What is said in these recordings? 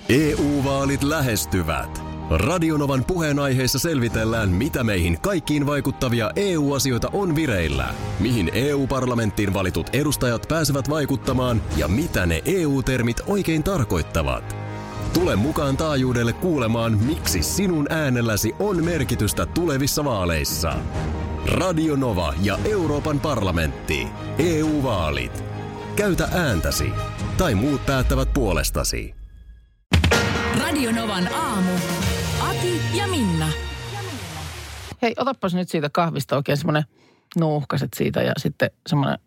EU-vaalit lähestyvät. Radionovan puheenaiheessa selvitellään, mitä meihin kaikkiin vaikuttavia EU-asioita on vireillä, mihin EU-parlamenttiin valitut edustajat pääsevät vaikuttamaan ja mitä ne EU-termit oikein tarkoittavat. Tule mukaan taajuudelle kuulemaan, miksi sinun äänelläsi on merkitystä tulevissa vaaleissa. Radio Nova ja Euroopan parlamentti. EU-vaalit. Käytä ääntäsi. Tai muut päättävät puolestasi. Radio Novan aamu. Ati ja Minna. Hei, otapas nyt siitä kahvista oikein semmoinen nuuhkaset siitä ja sitten semmoinen...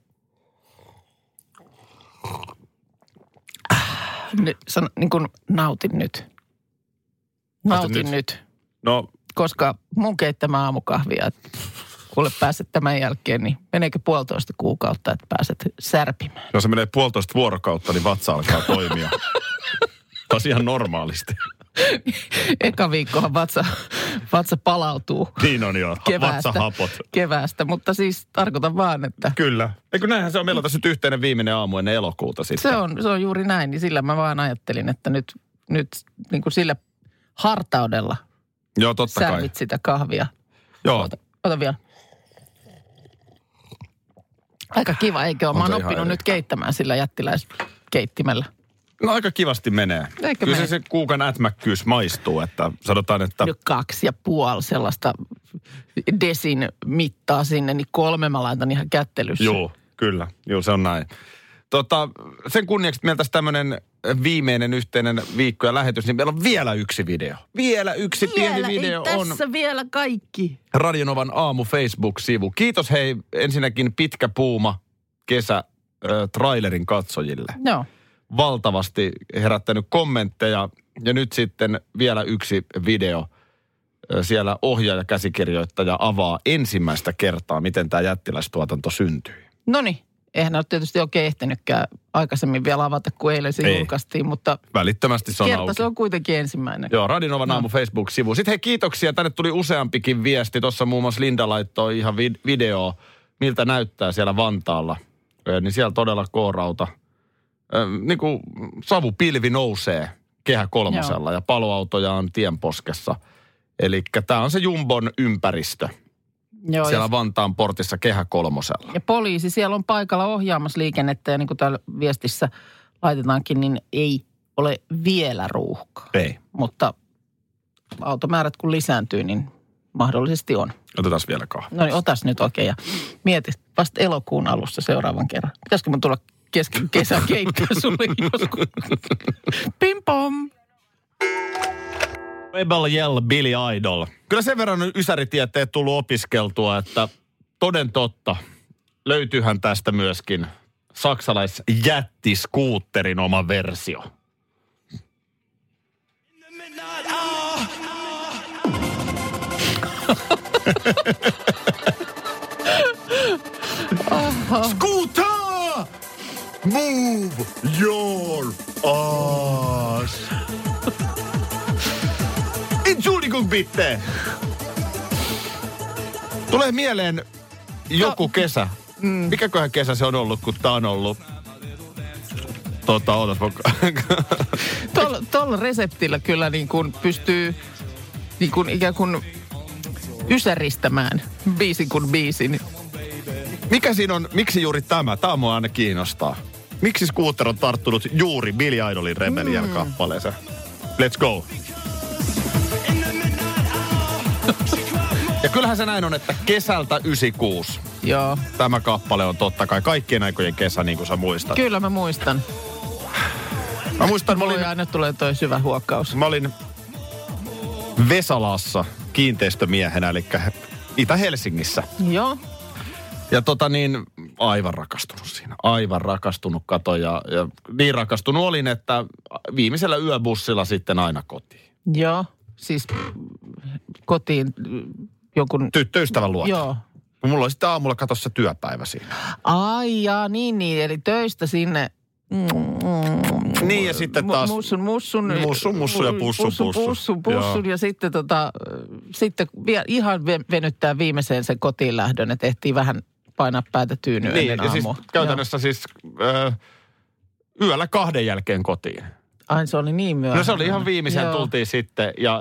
niin kuin nautin nyt. Nautin nyt. No. Koska mun keittämä aamukahvia, että kuule pääset tämän jälkeen, niin meneekö 1,5 kuukautta, että pääset särpimään? Jos se menee 1,5 vuorokautta, niin vatsa alkaa toimia. Taas ihan normaalisti. Eka viikkohan vatsa palautuu. Niin on jo, vatsahapot. Keväästä, mutta siis tarkoitan vaan, että... Kyllä. Eikö näinhän se on meillä tässä nyt yhteinen viimeinen aamu ennen elokuuta sitten. Se on juuri näin, niin sillä mä vaan ajattelin, että nyt niin kuin sillä hartaudella joo, totta kai. särvit sitä kahvia. Joo. Ota vielä. Aika kiva, eikö ole? Mä oon oppinut nyt keittämään sillä jättiläiskeittimellä. No aika kivasti menee. Eikö kyllä mene? se kuukan ätmäkkyys maistuu, että sanotaan, että... Nyt 2,5 sellaista desin mittaa sinne, niin 3 mä laitan ihan kättelyssä. Joo, kyllä. Joo, se on näin. Sen kunniaksi, että meillä tässä tämmöinen viimeinen yhteinen viikko ja lähetys, niin meillä on vielä yksi video. Vielä yksi pieni video ei on. tässä vielä kaikki. Radionovan aamu Facebook-sivu. Kiitos hei ensinnäkin pitkä puuma kesä trailerin katsojille. Joo. Valtavasti herättänyt kommentteja ja nyt sitten vielä yksi video. Siellä ohjaaja, käsikirjoittaja avaa ensimmäistä kertaa, miten tämä jättiläistuotanto syntyi. Noniin. Eihän ole tietysti oikein ehtinytkään aikaisemmin vielä avata, kun eilen se julkaistiin, mutta välittömästi se on kerta auki. Se on kuitenkin ensimmäinen. Joo, Radionovan aamu Facebook-sivu. Sitten hei, kiitoksia. Tänne tuli useampikin viesti. Tuossa muun muassa Linda laittoi ihan videoa, miltä näyttää siellä Vantaalla. Niin siellä todella koorauta. Niin kuin savupilvi nousee Kehä Kolmosella ja paloautoja on tienposkessa. Eli tämä on se Jumbon ympäristö. Joo, siellä Vantaan portissa Kehä Kolmosella. Ja poliisi siellä on paikalla ohjaamassa liikennettä ja niin kuin täällä viestissä laitetaankin, niin ei ole vielä ruuhkaa. Ei. Mutta automäärät kun lisääntyy, niin mahdollisesti on. Otetaan vielä kahvia. No niin, otas nyt oikein ja mieti vasta elokuun alussa seuraavan kerran. Pitäisikö mun tulla kesken kesän keittää sulle joskus? Pim pom! Rebel Yell, Billy Idol. Kyllä sen verran ysäritietteet tullut opiskeltua, että toden totta löytyyhän tästä myöskin saksalaisjättiskuutterin oma versio. Scooter! Move your ass! Entschuldigung bitte! Tulee mieleen joku kesä. Mikäköhän kesä se on ollut, kun tää on ollut? Tuolla reseptillä kyllä niin kuin pystyy niin kuin ikään kuin ysäristämään biisin kuin biisin. Mikä siinä on, miksi juuri tämä? Tämä mua aina kiinnostaa. Miksi Scooter on tarttunut juuri Billy Idolin Rebel Yell-kappaleeseen? Let's go! Ja kyllähän se näin on, että kesältä 96. Joo. Tämä kappale on totta kai kaikkien aikojen kesä, niin kuin sä muistat. Kyllä mä muistan. Mä muistan, aina tulee toi syvä huokkaus. Mä olin Vesalassa kiinteistömiehenä, eli Itä-Helsingissä. Joo. Ja aivan rakastunut siinä. Aivan rakastunut kato ja niin rakastunut olin, että viimeisellä yöbussilla sitten aina kotiin. Joo, siis kotiin jonkun... Tyttöystävän luota. Joo. Mulla oli sitten aamulla katossa työpäivä siinä. Ai jaa, niin, eli töistä sinne... Niin ja sitten taas... Mussun ja pussun. Ja sitten ihan venyttää viimeiseen sen kotiin lähdön, että ehtii vähän painaa päätä tyynyä niin, ennen aamua. Siis käytännössä siis yöllä 2 jälkeen kotiin. Ai se oli niin myöhään. No se oli ihan viimeisen tultiin sitten ja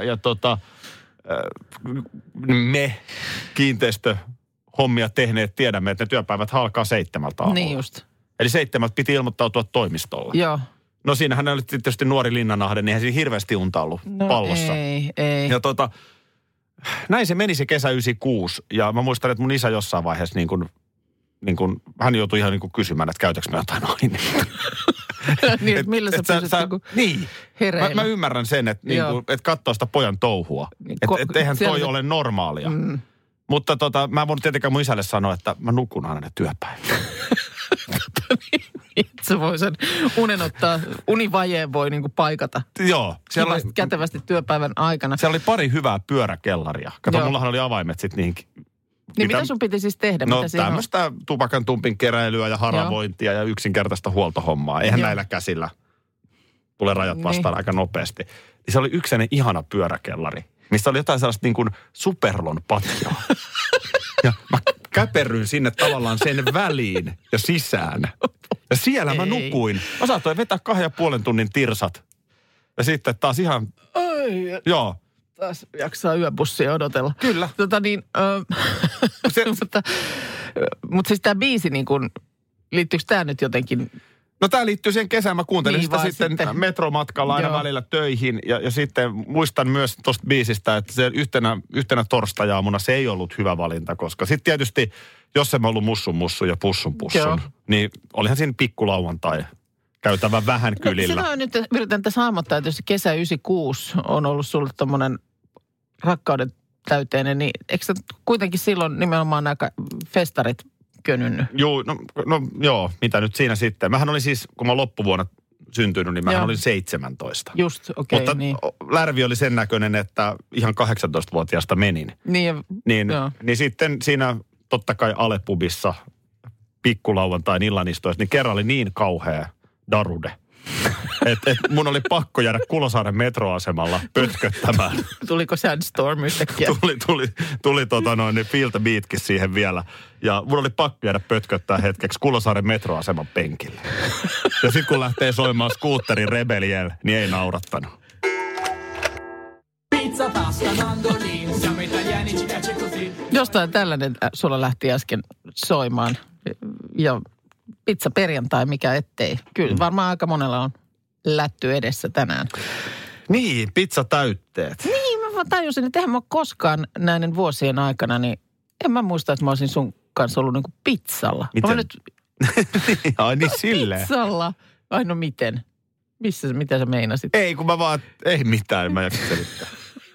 me kiinteistöhommia tehneet tiedämme, että ne työpäivät alkaa 7 aamulla. Niin just. Eli 7 piti ilmoittautua toimistolla. Joo. No siinähän oli tietysti nuori Linnanahde, niin eihän siinä hirveästi unta ollut pallossa. Ei. Ja näin se meni se kesä 96 ja mä muistan, että mun isä jossain vaiheessa niin kuin hän joutui ihan niin kuin kysymään, että käytäks mä jotain aineita. Niin, että millä sä pysyt niin. hereillä. Mä ymmärrän sen, että katsoo sitä pojan touhua. Että eihän toi ole normaalia. Mutta mä en voinut tietenkään mun isälle sanoa, että mä nukun aina ne työpäivät. Se voi sen univajeen voi niinku paikata. Joo. Kätevästi työpäivän aikana. Siellä oli pari hyvää pyöräkellaria. Kato, mullahan oli avaimet sitten niihin. Niin mitä sun piti siis tehdä? No tämmöistä tupakan tumpin keräilyä ja haravointia ja yksinkertaista huoltohommaa. Eihän näillä käsillä tule rajat vastaan aika nopeasti. Niin se oli yksinen ihana pyöräkellari, missä oli jotain sellaista niin kuin superlon patjaa. Ja mä käperryin sinne tavallaan sen väliin ja sisään. Ja siellä mä nukuin. Mä saatoin vetää 2,5 tunnin tirsat. Ja sitten taas ihan... Joo. Taas jaksaa yöbussia odotella. Kyllä. Mutta siis tämä biisi, niin kun, liittyykö tämä nyt jotenkin? No tämä liittyy siihen kesään. Mä kuuntelin niin, sitä sitten metromatkalla aina välillä töihin. Ja sitten muistan myös tuosta biisistä, että se yhtenä torstajaamuna se ei ollut hyvä valinta. Koska sitten tietysti, jos en mä ollut mussu ja pussun, niin olihan siinä pikkulauantai käytävä vähän kylillä. No, nyt yritän tässä hahmottaa, että jos kesä 96 on ollut sulle tommonen rakkauden täyteinen, niin eikö sä kuitenkin silloin nimenomaan aika festarit könynnyt? Joo, mitä nyt siinä sitten. Mähän olin siis, kun mä loppuvuonna syntynyt, niin mähän olin 17. Just, okei. Mutta niin. lärvi oli sen näköinen, että ihan 18-vuotiaasta menin. Niin sitten siinä totta kai Alepubissa pikkulauantain illanistoissa, niin kerran oli niin kauhea darude. Että mun oli pakko jäädä metroasemalla pötköttämään. Tuliko Sandstorm yhtäkkiä? Tuli Feel the Beatkin siihen vielä. Ja mun oli pakko jäädä pötköttää hetkeksi Kulosaaren metroaseman penkille. Ja sit kun lähtee soimaan skuutterin Rebeliel, niin ei naurattanut. Pizza, pasta, mandolin, siamo italiani, ci piace così. Jostain tällainen sulla lähti äsken soimaan. Ja pizza perjantai, mikä ettei. Kyllä varmaan aika monella on lätty edessä tänään. Niin, pizzatäytteet. Niin, mä tajusin, että eihän mä koskaan näiden vuosien aikana, niin en mä muista, että mä olisin sun kanssa ollut niinku pizzalla. Miten? Ai niin silleen. Pizzalla? Ai no miten? Mitä sä meinasit? Ei, kun mä vaan, ei mitään, mä jaksa selittää.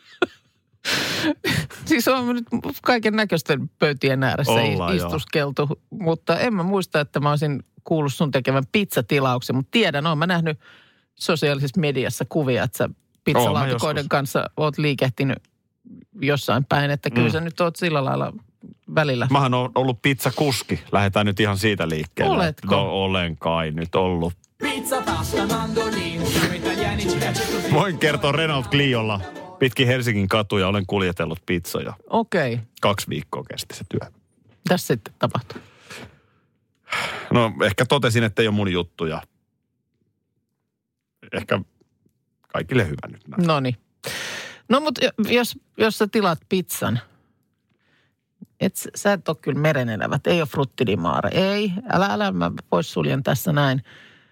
Siis on nyt kaiken näköisten pöytien ääressä istuskeltu, mutta en mä muista, että mä olisin kuullut sun tekevän pizzatilauksen, mutta tiedän, oon mä nähnyt sosiaalisessa mediassa kuvia, että sä pizzalaatikoiden kanssa oot liikehtinyt jossain päin, että kyllä sä nyt oot sillä lailla välillä. Mähän oon ollut pizzakuski, lähdetään nyt ihan siitä liikkeelle. Oletko? No olen kai nyt ollut. Pizza, pasta, mandolin, voin kertoa Renault Cliolla. Pitkin Helsingin katuja olen kuljetellut pizzoja. Okei. 2 viikkoa kesti se työ. Tässä sitten tapahtui? No ehkä totesin, että ei ole mun juttuja. Ehkä kaikille hyvä nyt. Noniin. No mutta jos sä tilaat pizzan, sä et ole kyllä merenelävät, ei ole frutti di mare. Ei, älä mä pois suljen tässä näin.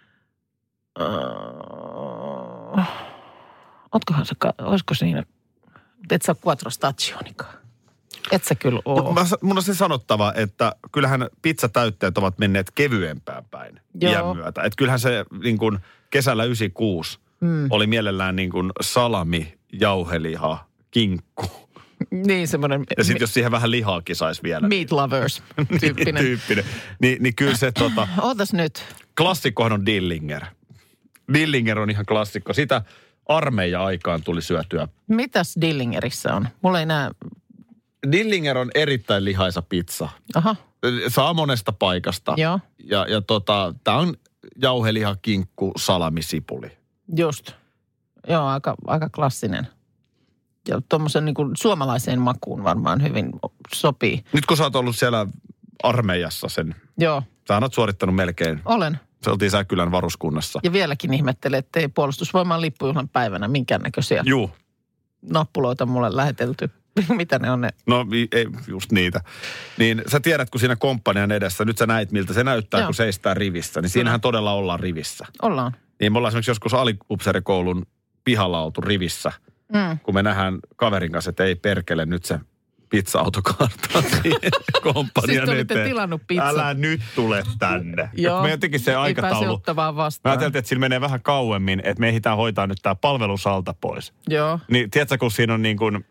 Olisiko siinä, et sä ole 4 stagionikaan? Et sä kyllä oo. Mun on se sanottava, että kyllähän pizzatäytteet ovat menneet kevyempään päin iän myötä. Että kyllähän se niin kuin kesällä 96 oli mielellään niin kuin salami, jauheliha, kinkku. Niin semmoinen. Ja sitten jos siihen vähän lihaakin saisi vielä. Meat lovers tyyppinen. Niin kyllä se Ootas nyt. Klassikkohan on Dillinger. Dillinger on ihan klassikko. Sitä armeija-aikaan tuli syötyä. Mitäs Dillingerissä on? Mulla ei näe. Dillinger on erittäin lihaisa pizza. Aha. Saa monesta paikasta. Joo. Ja tää on jauheliha, kinkku, salami, sipuli. Just. Joo, aika klassinen. Ja tuommoisen niin kuin suomalaiseen makuun varmaan hyvin sopii. Nyt kun sä oot ollut siellä armeijassa sen. Joo. Sä oot suorittanut melkein. Olen. Se oltiin Säkylän varuskunnassa. Ja vieläkin ihmettelee, että ei puolustusvoiman lippujuhlan päivänä minkäännäköisiä Juu. nappuloita mulle lähetelty. Mitä ne on ne? No ei, just niitä. Niin sä tiedät, kun siinä komppanian edessä, nyt sä näit miltä se näyttää, kun seistää rivissä. Niin siinähän todella ollaan rivissä. Ollaan. Niin me ollaan esimerkiksi joskus aliupseerikoulun pihalla oltu rivissä. Kun me nähdään kaverin kanssa, että ei perkele nyt se pizza-auto kaartaa siihen komppanian siis eteen. Tilannut pizza. Älä nyt tule tänne. Joo, me jotenkin se aikataulu. ei pääse ottamaan vastaan. Mä ajattelin, että sillä menee vähän kauemmin, että me ehditään hoitaa nyt tää palvelusalta pois. Joo. Niin tiedätkö, kun siinä on niin kuin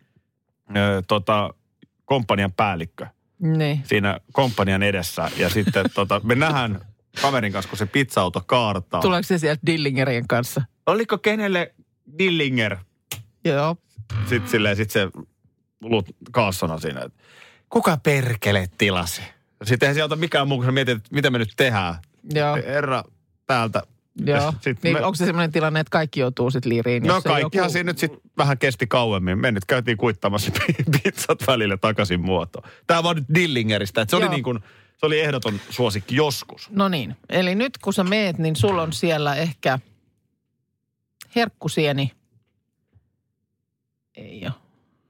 komppanian päällikkö. Niin. Siinä komppanian edessä. Ja sitten me nähdään kaverin kanssa, kun se pizza-auto kaartaa. Tuleeko se sieltä Dillingerien kanssa? Oliko kenelle Dillinger? Joo. Sitten se kaassona siinä, että kuka perkele tilasi? Sitten eihän se ota mikään muu, kun sä mietit, että mitä me nyt tehdään. Joo. Herra täältä. Joo. Niin onko se sellainen tilanne, että kaikki joutuu sitten liiriin? No kaikkihan siinä nyt sitten vähän kesti kauemmin. Me nyt käytiin kuittaamassa pizzat välillä takaisin muotoon. Tämä vaan nyt Dillingeristä, että se oli niin kuin, se oli ehdoton suosikki joskus. No niin, eli nyt kun sä meet, niin sulla on siellä ehkä herkkusieni. Ei ole.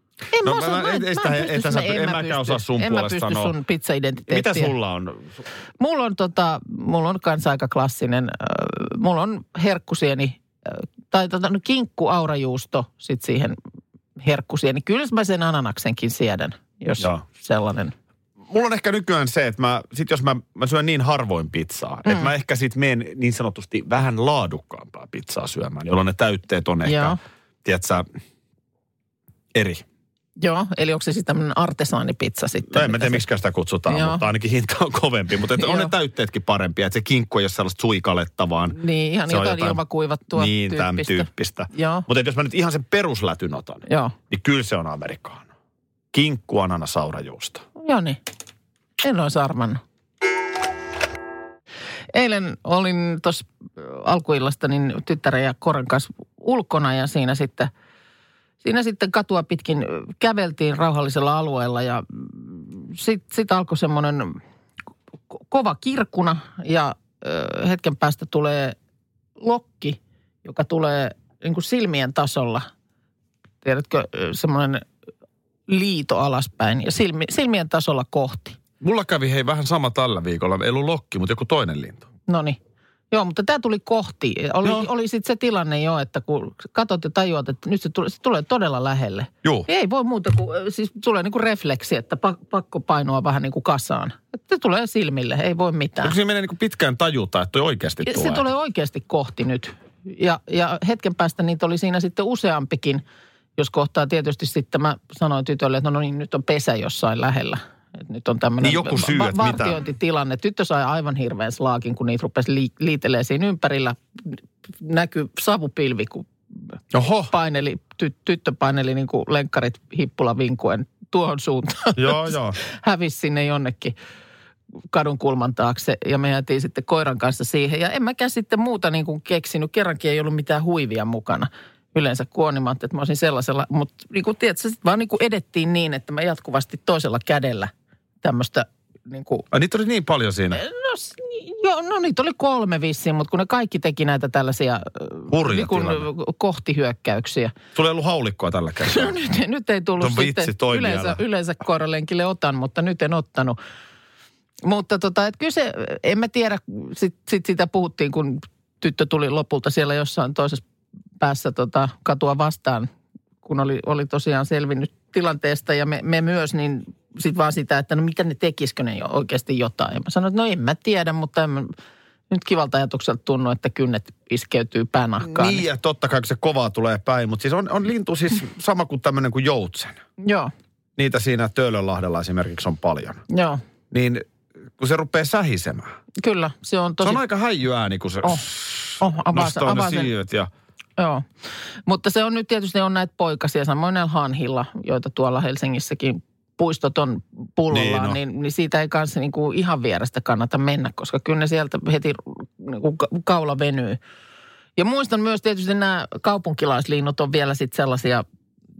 En mäkään osaa sun puolesta sanoa. En mä pysty sun pizza-identiteettiä. Mitä sulla on? Mulla on kans aika klassinen. Mulla on herkkusieni, tai kinkku aurajuusto sit siihen herkkusieni. Kyllä mä sen ananaksenkin siedän, jos sellainen. Mulla on ehkä nykyään se, että jos mä syön niin harvoin pizzaa, että mä ehkä sit menen niin sanotusti vähän laadukkaampaa pizzaa syömään, jolloin ne täytteet on ehkä, tiedätkö, eri. Joo, eli onko se sitten tämmöinen artesaanipizza sitten? No en mä tiedä, miksi sitä kutsutaan, mutta ainakin hinta on kovempi. Mutta on ne täytteetkin parempia, että se kinkku ei ole sellaista suikaletta, vaan niin, ihan jotain ilmakuivattua niin, tyyppistä. Mutta jos mä nyt ihan sen peruslätyn otan, niin kyllä se on amerikaano. Kinkku, ananas, saurajuusto. Joo niin, en olisi arvannut. Eilen olin tuossa alkuillasta niin tyttären ja Koren kanssa ulkona ja siinä sitten katua pitkin käveltiin rauhallisella alueella ja sitten alkoi semmoinen kova kirkuna ja hetken päästä tulee lokki, joka tulee niin kuin silmien tasolla. Tiedätkö, semmoinen liito alaspäin ja silmien tasolla kohti. Mulla kävi vähän sama tällä viikolla. Ei ollut lokki, mutta joku toinen lintu. Noniin. Joo, mutta tämä tuli kohti. Oli sitten se tilanne jo, että kun katsot ja tajuat, että nyt se tulee todella lähelle. Joo. Ei voi muuta kuin, siis tulee niin kuin refleksi, että pakko painoa vähän niin kuin kasaan. Että se tulee silmille, ei voi mitään. Onko siinä menee niin kuin pitkään tajuta, että toi oikeasti tulee? Se tulee oikeasti kohti nyt. Ja hetken päästä niitä oli siinä sitten useampikin, jos kohtaa tietysti sitten mä sanoin tytölle, että no niin, nyt on pesä jossain lähellä. Et nyt on tämmöinen vartiointitilanne. Tyttö sai aivan hirveän slaakin, kun niitä rupesi liitelee siinä ympärillä. Näkyi savupilvi, kun tyttö paineli niin kuin lenkkarit hippulla vinkuen tuohon suuntaan. Joo. Hävisi sinne jonnekin kadun kulman taakse ja me jäätiin sitten koiran kanssa siihen. Ja en mäkään sitten muuta niin kuin keksinyt. Kerrankin ei ollut mitään huivia mukana. Yleensä kuonimatta, että mä olisin sellaisella, mutta niin kuin tiedät, sitten vaan niin kuin edettiin niin, että mä jatkuvasti toisella kädellä tämmöistä niin kuin. Niitä oli niin paljon siinä? No niitä oli 3 vissiin, mutta kun ne kaikki teki näitä tällaisia niin kuin kohtihyökkäyksiä. Sulla ei ollut haulikkoa tällä kertaa? No nyt ei tullut sitten. Yleensä koiralenkille otan, mutta nyt en ottanut. Mutta että kyllä se, en mä tiedä, sit sitä puhuttiin, kun tyttö tuli lopulta siellä jossain toisessa päässä katua vastaan, kun oli tosiaan selvinnyt tilanteesta ja me myös, niin sitten vaan sitä, että no mitä ne tekisikö ne oikeasti jotain. Ja mä sanoin, että no en mä tiedä, mutta en mä nyt kivalta ajatukselta tunnu, että kynnet iskeytyy päänahkaan. Niin ja totta kai, kun se kovaa tulee päin, mutta siis on lintu siis sama kuin tämmöinen kuin joutsen. Joo. Niitä siinä Töölönlahdella esimerkiksi on paljon. Joo. Niin kun se rupeaa sähisemään. Kyllä, se on tosi. Se on aika häijyääni, kun se nostaa ne siivet ja. Joo, mutta se on nyt tietysti on näitä poikasia, samoin näillä hanhilla, joita tuolla Helsingissäkin puistot on pullollaan, niin siitä ei kanssa niin kuin ihan vierestä kannata mennä, koska kyllä ne sieltä heti niin kuin kaula venyy. Ja muistan myös tietysti nämä kaupunkilaislinnut on vielä sitten sellaisia,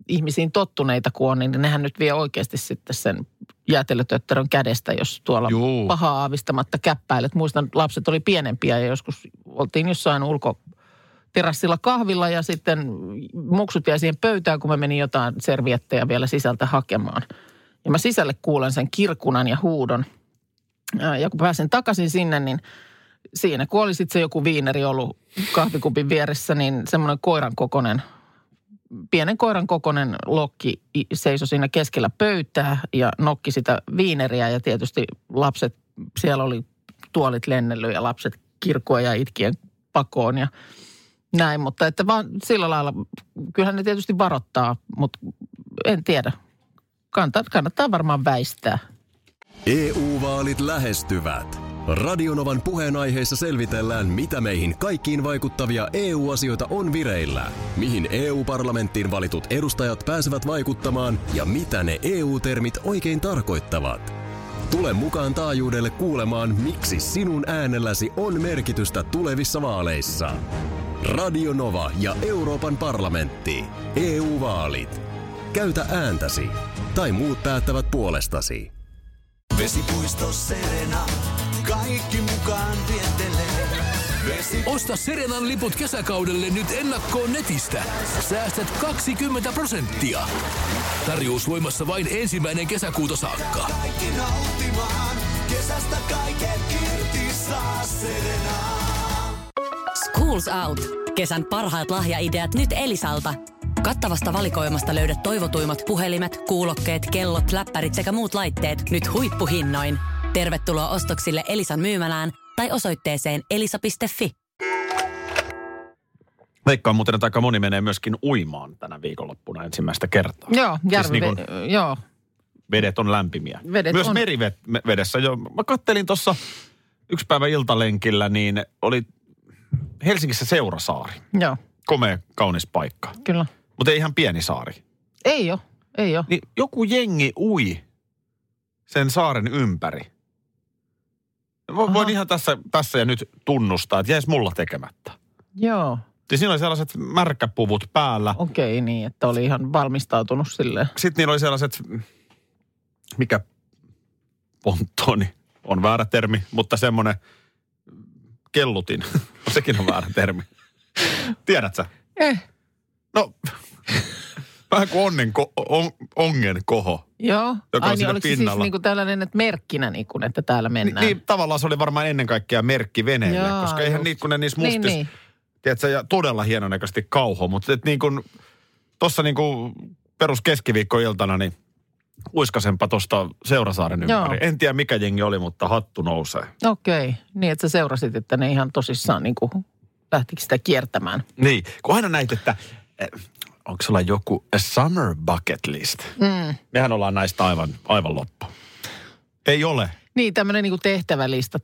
ihmisiin tottuneita kun on, niin nehän nyt vie oikeasti sitten sen jäätelötötterön kädestä, jos tuolla pahaa aavistamatta käppäilet. Muistan, että lapset oli pienempiä ja joskus oltiin jossain ulkoterassilla kahvilla ja sitten muksut jäi siihen pöytään, kun mä menin jotain serviettejä vielä sisältä hakemaan. Ja mä sisälle kuulen sen kirkunan ja huudon. Ja kun pääsin takaisin sinne, niin siinä kun oli sitten se joku viineri ollut kahvikupin vieressä, niin semmoinen pienen koiran kokoinen lokki seisoi siinä keskellä pöytää ja nokki sitä viineriä. Ja tietysti lapset, siellä oli tuolit lennellyt ja lapset kirkuen ja itkien pakoon ja näin. Mutta että vaan sillä lailla, kyllähän ne tietysti varoittaa, mutta en tiedä. Kannattaa varmaan väistää. EU-vaalit lähestyvät. Radionovan puheenaiheessa selvitellään, mitä meihin kaikkiin vaikuttavia EU-asioita on vireillä, mihin EU-parlamenttiin valitut edustajat pääsevät vaikuttamaan ja mitä ne EU-termit oikein tarkoittavat. Tule mukaan taajuudelle kuulemaan, miksi sinun äänelläsi on merkitystä tulevissa vaaleissa. Radio Nova ja Euroopan parlamentti. EU-vaalit. Käytä ääntäsi. Tai muut päättävät puolestasi. Vesipuisto Serena. Kaikki mukaan viettelee. Osta Serenan liput kesäkaudelle nyt ennakkoon netistä. Säästät 20%. Tarjous voimassa vain 1. kesäkuuta saakka. Kaikki nauttimaan. Kesästä kaiken irti saa Serena. Schools Out. Kesän parhaat lahjaideat nyt Elisalta. Kattavasta valikoimasta löydät toivotuimmat puhelimet, kuulokkeet, kellot, läppärit sekä muut laitteet nyt huippuhinnoin. Tervetuloa ostoksille Elisan myymälään tai osoitteeseen elisa.fi. Veikkaan muuten, että aika moni menee myöskin uimaan tänä viikonloppuna ensimmäistä kertaa. Joo, joo. Vedet on lämpimiä. Myös on. Merivedessä jo. Mä kattelin tuossa yksi päivä iltalenkillä, niin oli Helsingissä Seurasaari. Joo. Komea, kaunis paikka. Kyllä. Mutta ei ihan pieni saari. Ei ole. Niin joku jengi ui sen saaren ympäri. Voin ihan tässä ja nyt tunnustaa, että jäisi mulla tekemättä. Joo. Ja siinä oli sellaiset märkäpuvut päällä. Okei, niin, että oli ihan valmistautunut silleen. Sitten niillä oli sellaiset, mikä ponttoni on väärä termi, mutta semmoinen kellutin. Sekin on väärä termi. Tiedätkö? No, vähän kuin ongen koho. Joo. Joka on siinä oliko pinnalla. Se siis niinku tällainen, että merkkinä, niinku, että täällä mennään? Niin, tavallaan se oli varmaan ennen kaikkea merkki veneelle, koska eihän niitä, kun ne niissä mustis, tiedätkö, ja todella hienonäköisesti kauho, mutta et niin kuin, tossa niin kuin perus keskiviikkoiltana, niin uiskasenpa tosta Seurasaaren ympäri. En tiedä mikä jengi oli, mutta hattu nousee. Okei, niin että sä seurasit, että ne ihan tosissaan niin kuin lähtikö sitä kiertämään. Niin, kun aina näit, että onko sulla joku a summer bucket list? Mehän ollaan näistä aivan loppu. Ei ole. Niin, tämmöinen niin kuin tehtävälista.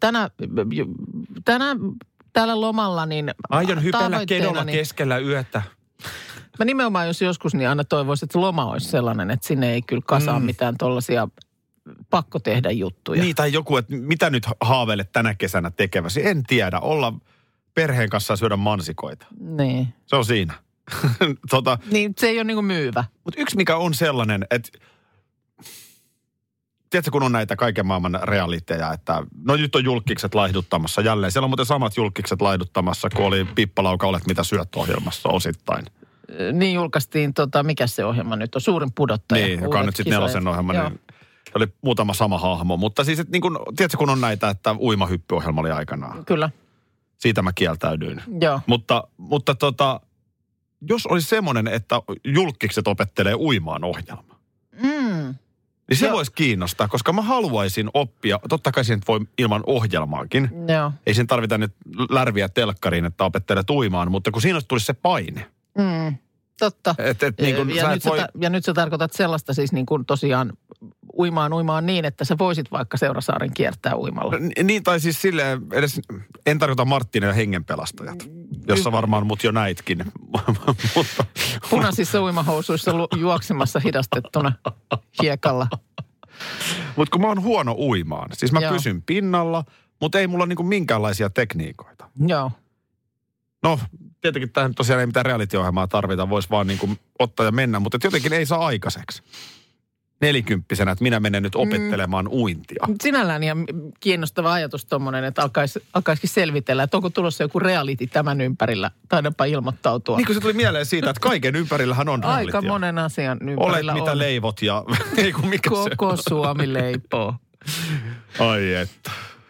Täällä lomalla niin aion hypellä kedolla niin, keskellä yötä. Mä nimenomaan, jos joskus, niin aina toivoisin, että loma olisi sellainen, että sinne ei kyllä kasaa mitään tollaisia pakko tehdä juttuja. Niin, tai joku, että mitä nyt haaveilet tänä kesänä tekeväsi. En tiedä, olla perheen kanssa ja syödä mansikoita. Niin. Se on siinä. Niin, se ei ole niin kuin myyvä. Mutta yksi, mikä on sellainen, että tiedätkö, kun on näitä kaiken maailman realiteja, että no nyt on julkkikset laihduttamassa jälleen. Siellä on muuten samat julkkikset laihduttamassa, kun oli Pippalauka Olet mitä syöt -ohjelmassa osittain. Niin julkaistiin, mikä se ohjelma nyt on, Suurin pudottaja. Niin, joka on nyt sitten Nelosen ohjelma, niin oli muutama sama hahmo. Mutta siis, että niin kun, tiedätkö, kun on näitä, että uimahyppyohjelma oli aikanaan. Kyllä. Siitä mä kieltäydyin. Joo. Mutta jos olisi semmoinen, että julkkikset opettelee uimaan ohjelma. Niin se voisi kiinnostaa, koska mä haluaisin oppia, totta kai siinä voi ilman ohjelmaakin. Joo. Ei sen tarvita nyt lärviä telkkariin, että opettelet uimaan, mutta kun siinä tulisi se paine. Totta. Niin kun ja nyt sä tarkoitat sellaista siis niin kuin tosiaan uimaan niin, että sä voisit vaikka Seurasaaren kiertää uimalla. Niin, tai siis silleen, edes, en tarkoita Marttina ja hengenpelastajat, jossa varmaan mut jo näitkin. Mutta punaisissa uimahousuissa juoksemassa hidastettuna hiekalla. Mutta kun mä oon huono uimaan, siis mä pysyn pinnalla, mutta ei mulla niinku minkäänlaisia tekniikoita. Joo. No, tietenkin tähän tosiaan ei mitään reality-ohjelmaa tarvita, voisi vaan niin kuin ottaa ja mennä, mutta jotenkin ei saa aikaiseksi. 40-vuotiaana, että minä menen nyt opettelemaan uintia. Sinällään ihan kiinnostava ajatus tommonen, että alkaisikin selvitellä, että onko tulossa joku reality tämän ympärillä. Taidaanpa ilmoittautua. Niin kuin se tuli mieleen siitä, että kaiken ympärillähän on reality. Aika monen asian ympärillä olet mitä leivot ja ei kun mikä Koko Suomi leipoo. Ai että.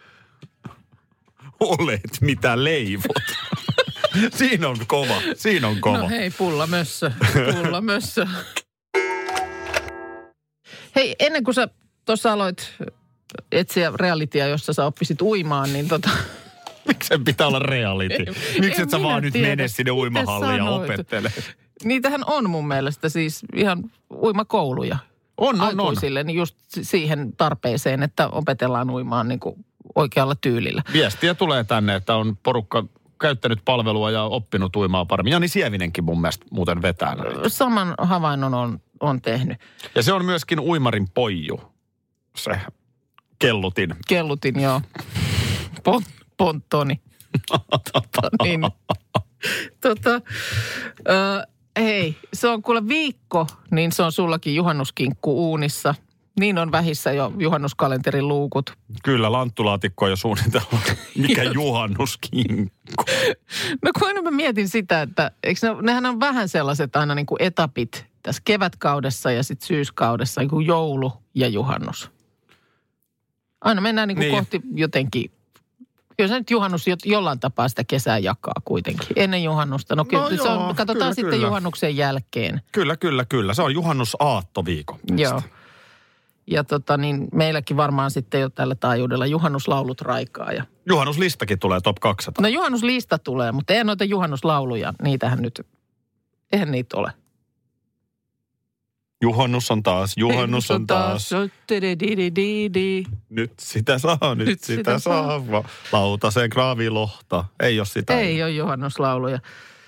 Olet mitä leivot. Siinä on kova. No hei, pulla mössö. Hei, ennen kuin sä tuossa aloit etsiä realitya, jossa sä oppisit uimaan, niin Miksi sen pitää olla reality? Miksi et sä vaan nyt mene sinne uimahalliin ja opettele? Niitähän on mun mielestä siis ihan uimakouluja. On. Aikuisille, niin just siihen tarpeeseen, että opetellaan uimaan niin kuin oikealla tyylillä. Viestiä tulee tänne, että on porukka käyttänyt palvelua ja oppinut uimaa paremmin. Jani Sievinenkin mun mielestä muuten vetää näitä. Saman havainnon on tehnyt. Ja se on myöskin uimarin poiju, se kellutin. Kellutin, joo. Ponttoni. Niin. Hei, se on kuule viikko, niin se on sullakin juhannuskinkku uunissa. Niin on vähissä jo juhannuskalenterin luukut. Kyllä, lanttulaatikko on jo suunnitelma. Mikä juhannuskinkku? No kun aina mä mietin sitä, että nehän on vähän sellaiset aina niin kuin etapit tässä kevätkaudessa ja sitten syyskaudessa, niin kuin joulu ja juhannus. Aina mennään niin kuin kohti jotenkin. Kyllä se nyt juhannus jollain tapaa sitä kesää jakaa kuitenkin. Ennen juhannusta. No kyllä, se on, katsotaan sitten juhannuksen jälkeen. Kyllä. Se on juhannusaattoviikon. Joo. Ja niin meilläkin varmaan sitten jo tällä taajuudella juhannuslaulut raikaa. Ja juhannuslistakin tulee top 200. No juhannuslista tulee, mutta ei noita juhannuslauluja. Niitähän nyt, eihän niitä ole. Juhannus on taas. Nyt sitä saa. Lautaseen kraavilohta. Ei ole sitä. Ei ole juhannuslauluja.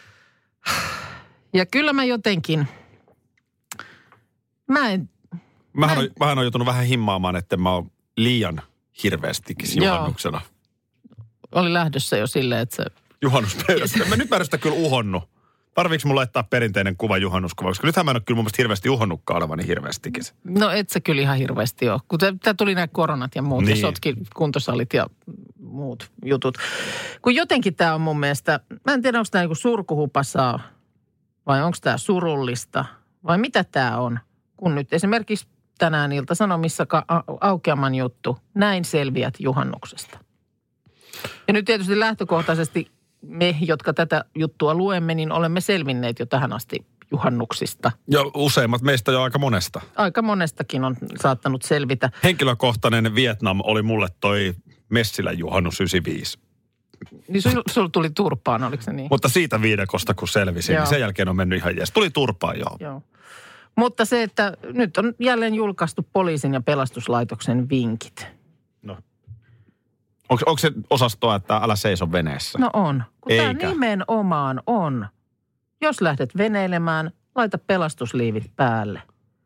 Ja kyllä mä jotenkin, Mä oon joutunut vähän himmaamaan, että mä oon liian hirveästikin juhannuksena. Oli lähdössä jo silleen, että se juhannuspöydästä. Mä nyt sitä kyllä uhonnut. Tarviiko mun laittaa perinteinen kuva juhannuskuva? Koska nythän mä en ole kyllä mun mielestä hirveästi uhonnutkaan olevani hirveästikin. No et sä kyllä ihan hirveästi ole. Kun tää tuli nämä koronat ja muut, niin. Ja sotki kuntosalit ja muut jutut. Kun jotenkin tää on mun mielestä, mä en tiedä onko tää niinku surkuhupasaa vai onko tää surullista vai mitä tää on. Kun nyt esimerkiksi tänään Ilta-Sanomissa aukeaman juttu, näin selviät juhannuksesta. Ja nyt tietysti lähtökohtaisesti me, jotka tätä juttua luemme, niin olemme selvinneet jo tähän asti juhannuksista. Ja useimmat meistä jo aika monesta. Aika monestakin on saattanut selvitä. Henkilökohtainen Vietnam oli mulle toi Messilän juhannus 95. Niin sulla tuli turpaan, oliko se niin? Mutta siitä viidekosta kun selvisin, niin sen jälkeen on mennyt ihan jees. Tuli turpaan, joo. Mutta se, että nyt on jälleen julkaistu poliisin ja pelastuslaitoksen vinkit. No. Onko se osastoa, että älä seiso veneessä? No on. Kun tämä nimenomaan on. Jos lähdet veneilemään, laita pelastusliivit päälle.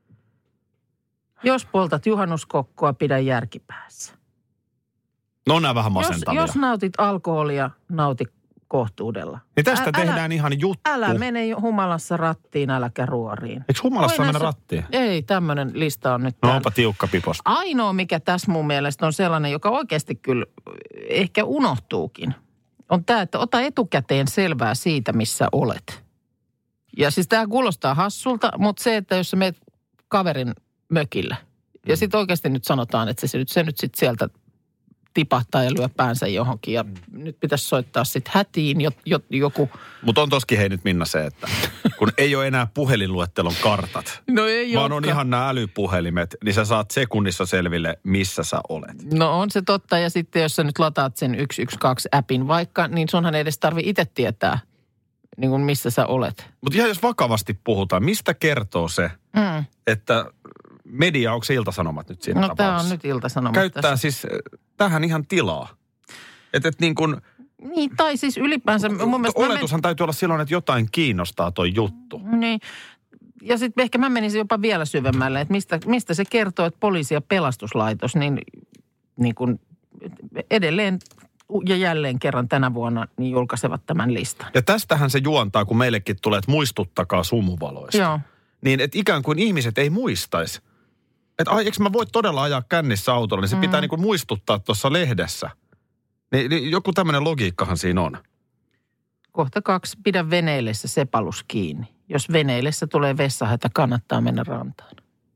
Jos poltat juhannuskokkoa, pidä järki päässä. No on nämä vähän masentavia. Jos nautit alkoholia, nauti kohtuudella. Niin tästä tehdään ihan juttu. Älä mene humalassa rattiin, äläkä ruoriin. Eikö humalassa mennä rattiin? Ei, tämmöinen lista on nyt täällä. No onpa tiukka piposta. Ainoa, mikä tässä mun mielestä on sellainen, joka oikeasti kyllä ehkä unohtuukin, on tämä, että ota etukäteen selvää siitä, missä olet. Ja siis tämä kuulostaa hassulta, mutta se, että jos sä meet kaverin mökille, ja sitten oikeasti nyt sanotaan, että se nyt sitten sieltä tipahtaa ja lyö päänsä johonkin ja nyt pitäisi soittaa sitten hätiin joku. Mutta on toskin hei nyt Minna se, että kun ei ole enää puhelinluettelon kartat, no ei vaan on ihan nämä älypuhelimet, niin sä saat sekunnissa selville, missä sä olet. No on se totta ja sitten jos sä nyt lataat sen 112-appin vaikka, niin sunhan ei edes tarvitse itse tietää, niin kuin missä sä olet. Mutta ihan jos vakavasti puhutaan, mistä kertoo se, että media, onko se Ilta-Sanomat nyt siinä tapauksessa? No tämä on nyt Ilta-Sanomat. Käyttää tässä. siis tähän ihan tilaa. Että niin kuin niin, tai siis ylipäänsä mun mielestä oletushan täytyy olla silloin, että jotain kiinnostaa toi juttu. Niin. Ja sitten ehkä mä menisin jopa vielä syvemmälle, että mistä se kertoo, että poliisi ja pelastuslaitos, niin kuin edelleen ja jälleen kerran tänä vuonna niin julkaisevat tämän listan. Ja tästähän se juontaa, kun meillekin tulee, että muistuttakaa sumuvaloista. Joo. Niin, että ikään kuin ihmiset ei muistaisi. Että eikö mä voi todella ajaa kännissä autolla, niin se pitää niin kuin muistuttaa tuossa lehdessä. Niin joku tämmöinen logiikkahan siinä on. Kohta 2. Pidä veneillessä sepalus kiinni. Jos veneillessä tulee vessahätä, kannattaa mennä rantaan.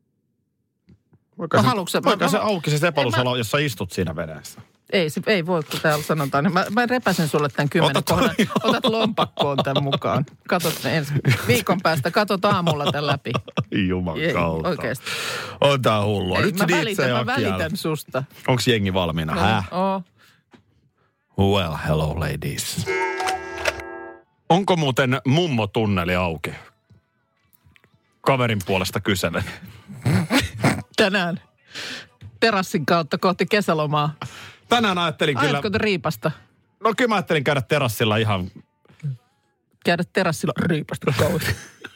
Voiko se auki se sepalus, jossa istut siinä veneessä? Ei voi, kun täällä sanotaan. Niin mä repäsen sulle tämän 10 kohdan. Otat lompakkoon tämän mukaan. Katot ensi viikon päästä. Katot aamulla tämän läpi. Jumakauta. Oikeasti. On tää hullua. Nyt mä välitän susta. Onks jengi valmiina? Häh? Oo. Well, hello ladies. Onko muuten mummotunneli auki? Kaverin puolesta kyselen. Tänään terassin kautta kohti kesälomaa. Tänään ajattelin kyllä... Ajatko te riipasta? No kyllä mä ajattelin käydä terassilla ihan... Käydä terassilla riipasta kauhean.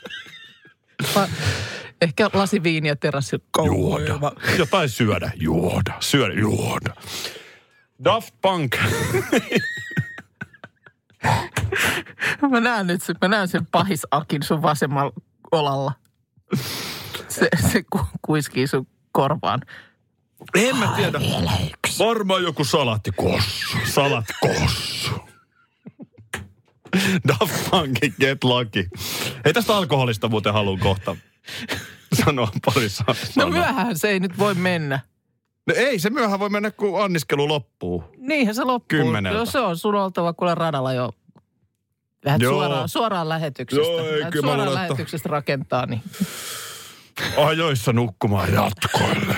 Ehkä lasi viiniä terassilla kauhean. Juoda. Jotain syödä. Juoda. Syödä. Juoda. Daft Punk. Mä näen sen pahisakin sun vasemmalla olalla. Se kuiskii sun korvaan. En mä tiedä. Varmaan joku salattikossu. Salatkossu. Daft Punkin Get Lucky. Hei, tästä alkoholista muuten haluan kohta sanoa pari sanaa. No myöhään se ei nyt voi mennä. No ei, se myöhään voi mennä, kun anniskelu loppuu. Niinhän se loppuu. 10. No, se on sun oltava kuule radalla jo. Lähdet suoraan lähetyksestä. Joo, ei, kyllä suoraan lähetyksestä rakentaa, niin. Ajoissa nukkumaan jatkoille.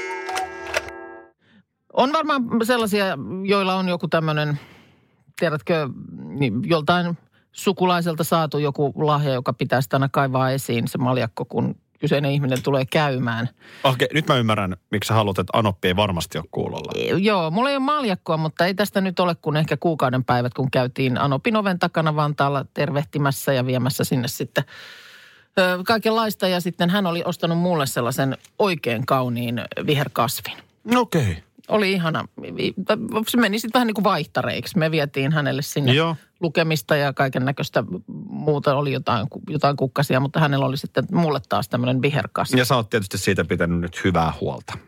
On varmaan sellaisia, joilla on joku tämmöinen, tiedätkö, niin joltain sukulaiselta saatu joku lahja, joka pitäisi aina kaivaa esiin, se maljakko, kun kyseinen ihminen tulee käymään. Okei, nyt mä ymmärrän, miksi sä haluat, että Anoppi ei varmasti ole kuulolla. Joo, mulla ei ole maljakkoa, mutta ei tästä nyt ole kuin ehkä kuukauden päivät, kun käytiin Anopin oven takana Vantaalla tervehtimässä ja viemässä sinne sitten kaikenlaista. Ja sitten hän oli ostanut mulle sellaisen oikein kauniin viherkasvin. Okei. Oli ihana. Se meni sitten vähän niin kuin vaihtareiksi. Me vietiin hänelle sinne lukemista ja kaiken näköistä muuta. Oli jotain kukkasia, mutta hänellä oli sitten mulle taas tämmöinen viherkasvi. Ja sä oot tietysti siitä pitänyt nyt hyvää huolta.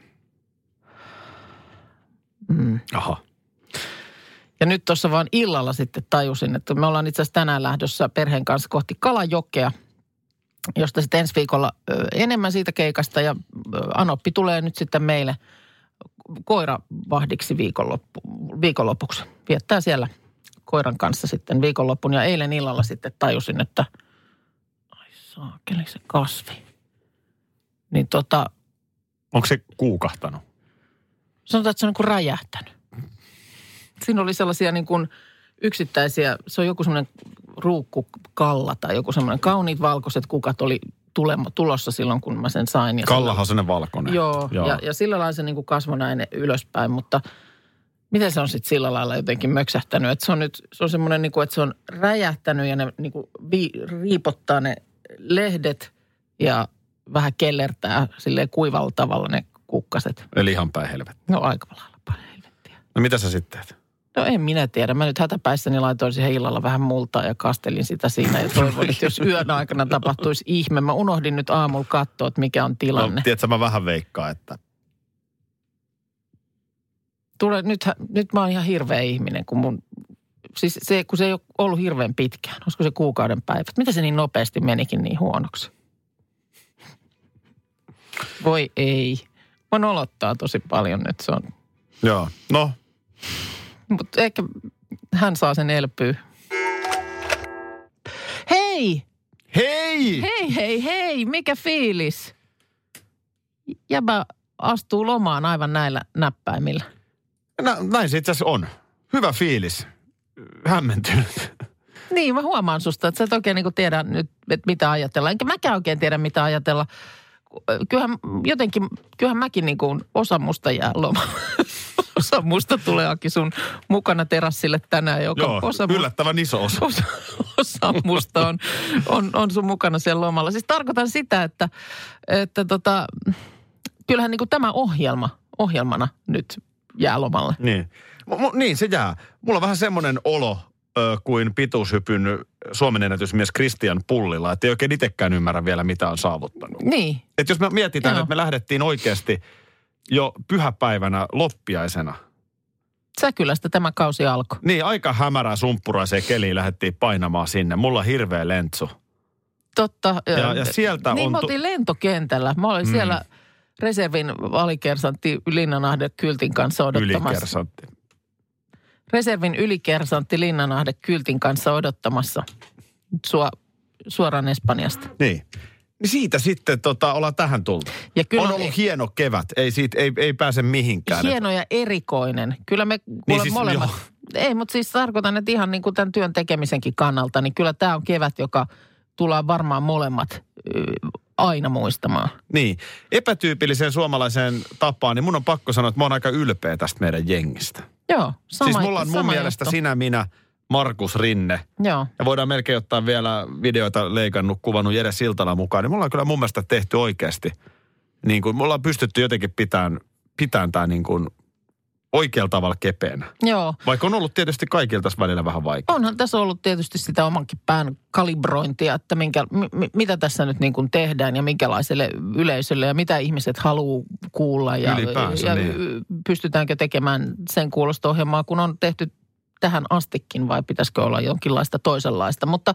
Aha. Ja nyt tuossa vaan illalla sitten tajusin, että me ollaan itse asiassa tänään lähdössä perheen kanssa kohti Kalajokea, josta sitten ensi viikolla enemmän siitä keikasta. Ja Anoppi tulee nyt sitten meille koiravahdiksi viikonlopuksi. Viettää siellä koiran kanssa sitten viikonloppun. Ja eilen illalla sitten tajusin, että ai saakeli se kasvi. Niin onko se kuukahtanut? Sanotaan, että se on niin kuin räjähtänyt. Siinä oli sellaisia niin kuin yksittäisiä, se on joku semmoinen ruukkukalla tai joku semmoinen kauniit valkoiset kukat oli tulossa silloin, kun mä sen sain. Kallahan on sellainen valkoinen. Joo. Ja sillä lailla se niin kuin kasvoi näin ylöspäin, mutta miten se on sitten sillä lailla jotenkin möksähtänyt? Että se on semmoinen, niin kuin, että se on räjähtänyt ja ne niin kuin riipottaa ne lehdet ja vähän kellertää silleen kuivalla tavalla ne kukkaset. Eli ihan päin helvettiä. No aika lailla päin helvettiä. No mitä sä sitten teet? No en minä tiedä. Mä nyt hätäpäissäni laitoin siihen illalla vähän multaa ja kastelin sitä siinä. Ja toivon, että jos yön aikana tapahtuisi ihme. Mä unohdin nyt aamulla katsoa, että mikä on tilanne. No tiedätkö, mä vähän veikkaan, että... Nyt mä oon ihan hirveä ihminen, kun siis kun se ei ole ollut hirveän pitkään. Olisiko se kuukauden päivät? Mitä se niin nopeasti menikin niin huonoksi? Voi ei. Mä nolottaa tosi paljon nyt se on. Joo, no... Mutta ehkä hän saa sen elpyä. Hei! Hei! Hei! Mikä fiilis? Jäbä astuu lomaan aivan näillä näppäimillä. Näin se itse asiassa on. Hyvä fiilis. Hämmentynyt. Niin, mä huomaan susta, että sä et oikein niin kuin tiedä nyt, että mitä ajatella. Enkä mäkään oikein tiedä, mitä ajatella. Kyllähän mäkin niin kuin osa musta jää lomaan. Osa musta tulee Aki sun mukana terassille tänään. Joo, yllättävän iso osa. Osa musta on sun mukana siellä lomalla. Siis tarkoitan sitä, että kyllähän niin kuin tämä ohjelmana nyt jäälomalle. Niin. Niin se jää. Mulla on vähän semmoinen olo kuin pituushypyn Suomen ennätysmies Christian Pullila, että ei oikein itsekään ymmärrä vielä, mitä on saavuttanut. Niin. Että jos me mietitään, että me lähdettiin oikeasti jo pyhäpäivänä loppiaisena. Säkylästä tämä kausi alkoi. Niin, aika hämärää sumppuraiseen keliin lähdettiin painamaan sinne. Mulla on hirveä lentsu. Totta. Ja sieltä niin on... me oltiin lentokentällä. Mä olin siellä reservin alikersantti Linnanahde Kyltin kanssa odottamassa. Ylikersantti. Reservin ylikersantti Linnanahde Kyltin kanssa odottamassa suoraan Espanjasta. Niin. Siitä sitten ollaan tähän tultu. Ja kyllä on ollut hieno kevät. Ei pääse mihinkään. Hieno ja erikoinen. Kyllä me siis molemmat. Ei, mutta siis tarkoitan, että ihan niin kuin tämän työn tekemisenkin kannalta, niin kyllä tämä on kevät, joka tullaan varmaan molemmat aina muistamaan. Niin. Epätyypilliseen suomalaiseen tapaan, niin mun on pakko sanoa, että mä oon aika ylpeä tästä meidän jengistä. Joo, sama. Siis mulla on mun mielestä sinä, minä, Markus Rinne. Joo. Ja voidaan melkein ottaa vielä videoita leikannut, kuvannut Jere Siltala mukaan. Niin mulla on kyllä mun mielestä tehty oikeasti. Niin kuin mulla on pystytty jotenkin pitämään tää niin kuin oikealla tavalla kepeänä. Joo. Vaikka on ollut tietysti kaikilla tässä välillä vähän vaikea. Onhan tässä ollut tietysti sitä omankin pään kalibrointia, että mitä tässä nyt niin kuin tehdään ja minkälaiselle yleisölle ja mitä ihmiset haluaa kuulla. Ja niin. Pystytäänkö tekemään sen kuulosta ohjelmaa, kun on tehty tähän astikin vai pitäisikö olla jonkinlaista toisenlaista. Mutta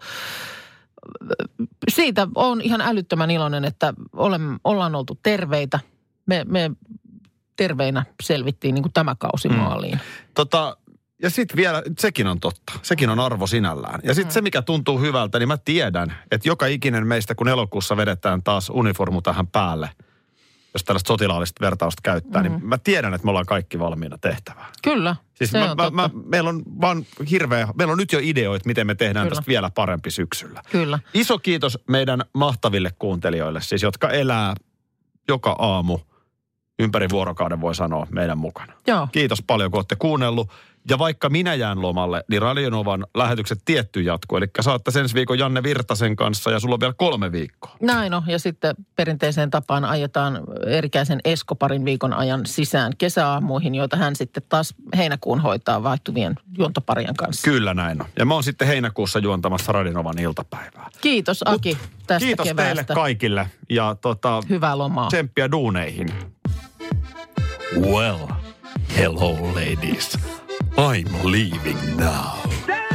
siitä on ihan älyttömän iloinen, että ollaan oltu terveitä. Me terveinä selvittiin niin kuin tämä kausi maaliin. Ja sitten vielä, sekin on totta. Sekin on arvo sinällään. Ja sitten se, mikä tuntuu hyvältä, niin mä tiedän, että joka ikinen meistä, kun elokuussa vedetään taas uniformu tähän päälle, jos tällaista sotilaallista vertausta käyttää, niin mä tiedän, että me ollaan kaikki valmiina tehtävään. Kyllä, siis se on totta. Meillä on vaan meillä on nyt jo ideoita, miten me tehdään tästä vielä parempi syksyllä. Kyllä. Iso kiitos meidän mahtaville kuuntelijoille, siis jotka elää joka aamu ympäri vuorokauden, voi sanoa, meidän mukana. Joo. Kiitos paljon, kun olette kuunnellut. Ja vaikka minä jään lomalle, niin Radio Novan lähetykset tietty jatkuu. Eli saatte ensi viikon Janne Virtasen kanssa ja sulla on vielä 3 viikkoa. Näin on. Ja sitten perinteiseen tapaan ajetaan Eerikäisen Esko parin viikon ajan sisään kesäaamuihin, joita hän sitten taas heinäkuun hoitaa vaihtuvien juontoparien kanssa. Kyllä näin on. Ja mä oon sitten heinäkuussa juontamassa Radio Novan iltapäivää. Kiitos Aki tästä kiitos keväästä. Teille kaikille ja hyvää lomaa. Tsemppiä duuneihin. Well, hello ladies. I'm leaving now.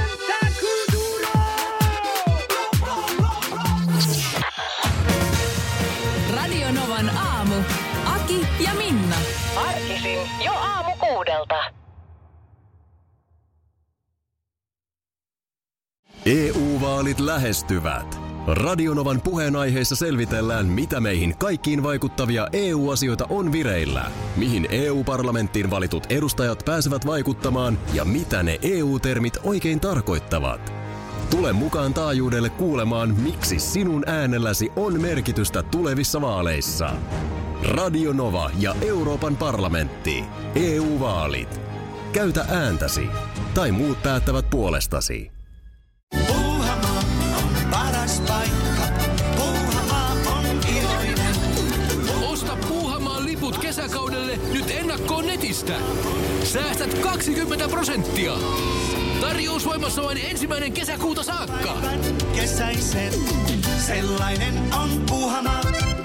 Radio Novan aamu. Aki ja Minna. Arkisin jo aamu 6:00. EU-vaalit lähestyvät. Radio Novan puheenaiheessa selvitellään, mitä meihin kaikkiin vaikuttavia EU-asioita on vireillä, mihin EU-parlamenttiin valitut edustajat pääsevät vaikuttamaan ja mitä ne EU-termit oikein tarkoittavat. Tule mukaan taajuudelle kuulemaan, miksi sinun äänelläsi on merkitystä tulevissa vaaleissa. Radio Nova ja Euroopan parlamentti. EU-vaalit. Käytä ääntäsi. Tai muut päättävät puolestasi. Puuhamaa on paras paikka. Puuhamaa on iloinen. Osta Puuhamaan liput kesäkaudelle nyt ennakkoon netistä. Säästät 20%. Tarjous voimassa vain 1. kesäkuuta saakka. Kesäisen, sellainen on Puuhamaa.